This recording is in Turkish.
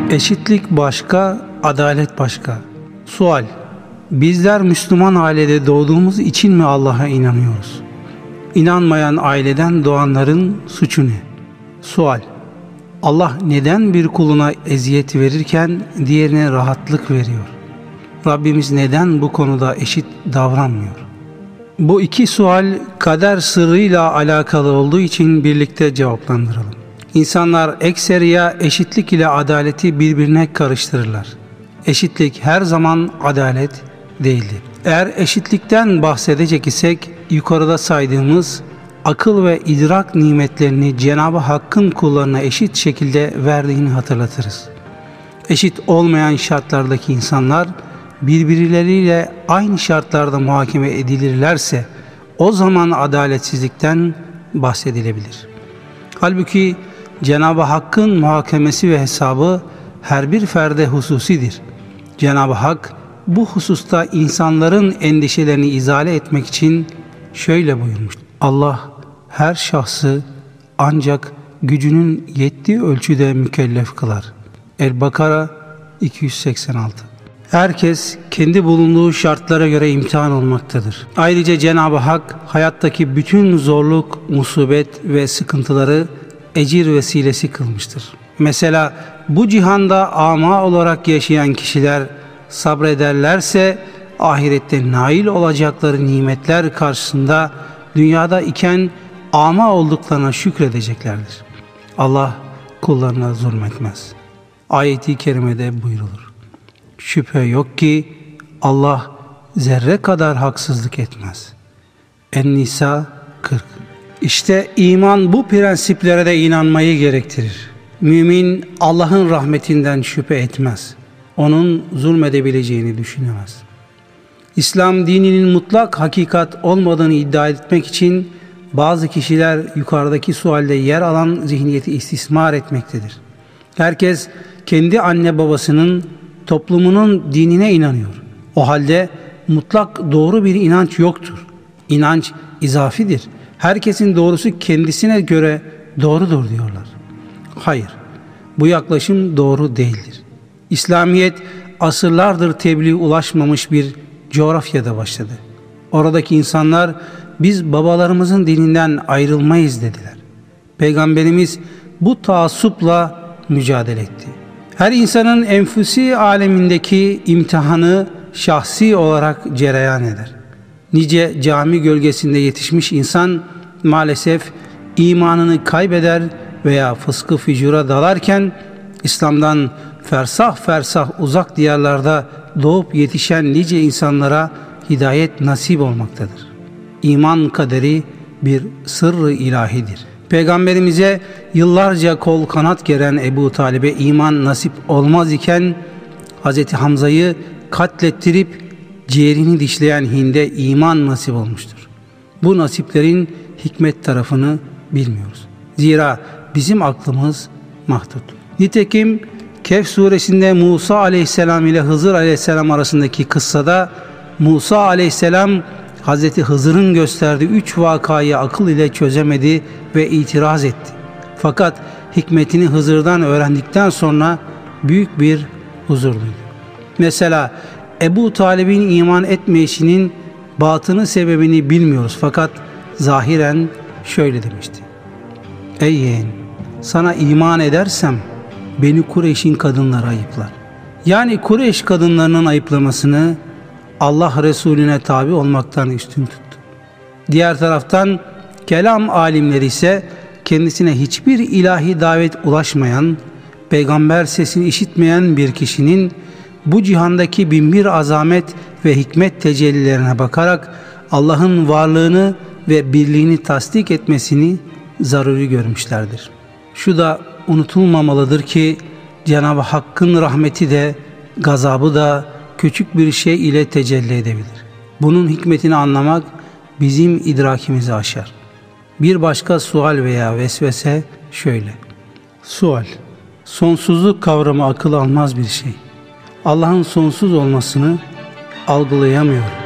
Eşitlik başka, adalet başka. Sual: bizler Müslüman ailede doğduğumuz için mi Allah'a inanıyoruz? İnanmayan aileden doğanların suçu ne? Sual: Allah neden bir kuluna eziyet verirken diğerine rahatlık veriyor? Rabbimiz neden bu konuda eşit davranmıyor? Bu iki sual kader sırrıyla alakalı olduğu için birlikte cevaplandıralım. İnsanlar ekseriya eşitlik ile adaleti birbirine karıştırırlar. Eşitlik her zaman adalet değildir. Eğer eşitlikten bahsedecek isek yukarıda saydığımız akıl ve idrak nimetlerini Cenab-ı Hakk'ın kullarına eşit şekilde verdiğini hatırlatırız. Eşit olmayan şartlardaki insanlar birbirleriyle aynı şartlarda muhakeme edilirlerse o zaman adaletsizlikten bahsedilebilir. Halbuki Cenab-ı Hakk'ın muhakemesi ve hesabı her bir ferde hususidir. Cenab-ı Hak bu hususta insanların endişelerini izale etmek için şöyle buyurmuş: Allah her şahsı ancak gücünün yettiği ölçüde mükellef kılar. El-Bakara 286. Herkes kendi bulunduğu şartlara göre imtihan olmaktadır. Ayrıca Cenab-ı Hak hayattaki bütün zorluk, musibet ve sıkıntıları ecir vesilesi kılmıştır. Mesela bu cihanda ama olarak yaşayan kişiler sabrederlerse ahirette nail olacakları nimetler karşısında dünyada iken ama olduklarına şükredeceklerdir. Allah kullarına zulmetmez. Ayet-i kerimede buyrulur: şüphe yok ki Allah zerre kadar haksızlık etmez. En-Nisa 40. İşte iman bu prensiplere de inanmayı gerektirir. Mümin Allah'ın rahmetinden şüphe etmez. Onun zulmedebileceğini düşünemez. İslam dininin mutlak hakikat olmadığını iddia etmek için bazı kişiler yukarıdaki sualde yer alan zihniyeti istismar etmektedir. Herkes kendi anne babasının, toplumunun dinine inanıyor. O halde mutlak doğru bir inanç yoktur. İnanç izafidir. Herkesin doğrusu kendisine göre doğrudur diyorlar. Hayır, bu yaklaşım doğru değildir. İslamiyet asırlardır tebliğ ulaşmamış bir coğrafyada başladı. Oradaki insanlar biz babalarımızın dininden ayrılmayız dediler. Peygamberimiz bu taassupla mücadele etti. Her insanın enfüsi alemindeki imtihanı şahsi olarak cereyan eder. Nice cami gölgesinde yetişmiş insan maalesef imanını kaybeder veya fıskı fücura dalarken İslam'dan fersah fersah uzak diyarlarda doğup yetişen nice insanlara hidayet nasip olmaktadır. İman kaderi bir sırrı ilahidir. Peygamberimize yıllarca kol kanat geren Ebu Talib'e iman nasip olmaz iken Hz. Hamza'yı katlettirip ciğerini dişleyen Hind'e iman nasip olmuştur. Bu nasiplerin hikmet tarafını bilmiyoruz. Zira bizim aklımız mahdut. Nitekim Kehf suresinde Musa aleyhisselam ile Hızır aleyhisselam arasındaki kıssada Musa aleyhisselam Hazreti Hızır'ın gösterdiği 3 vakayı akıl ile çözemedi ve itiraz etti. Fakat hikmetini Hızır'dan öğrendikten sonra büyük bir huzur duydu. Mesela Ebu Talib'in iman etmeyişinin batını sebebini bilmiyoruz fakat zahiren şöyle demişti: ey yeğen, sana iman edersem beni Kureyş'in kadınları ayıplar. Yani Kureyş kadınlarının ayıplamasını Allah Resulüne tabi olmaktan üstün tuttu. Diğer taraftan kelam alimleri ise kendisine hiçbir ilahi davet ulaşmayan, peygamber sesini işitmeyen bir kişinin bu cihandaki binbir azamet ve hikmet tecellilerine bakarak Allah'ın varlığını ve birliğini tasdik etmesini zaruri görmüşlerdir. Şu da unutulmamalıdır ki Cenab-ı Hakk'ın rahmeti de gazabı da küçük bir şey ile tecelli edebilir. Bunun hikmetini anlamak bizim idrakimizi aşar. Bir başka sual veya vesvese şöyle: sual, sonsuzluk kavramı akıl almaz bir şey. Allah'ın sonsuz olmasını algılayamıyorum.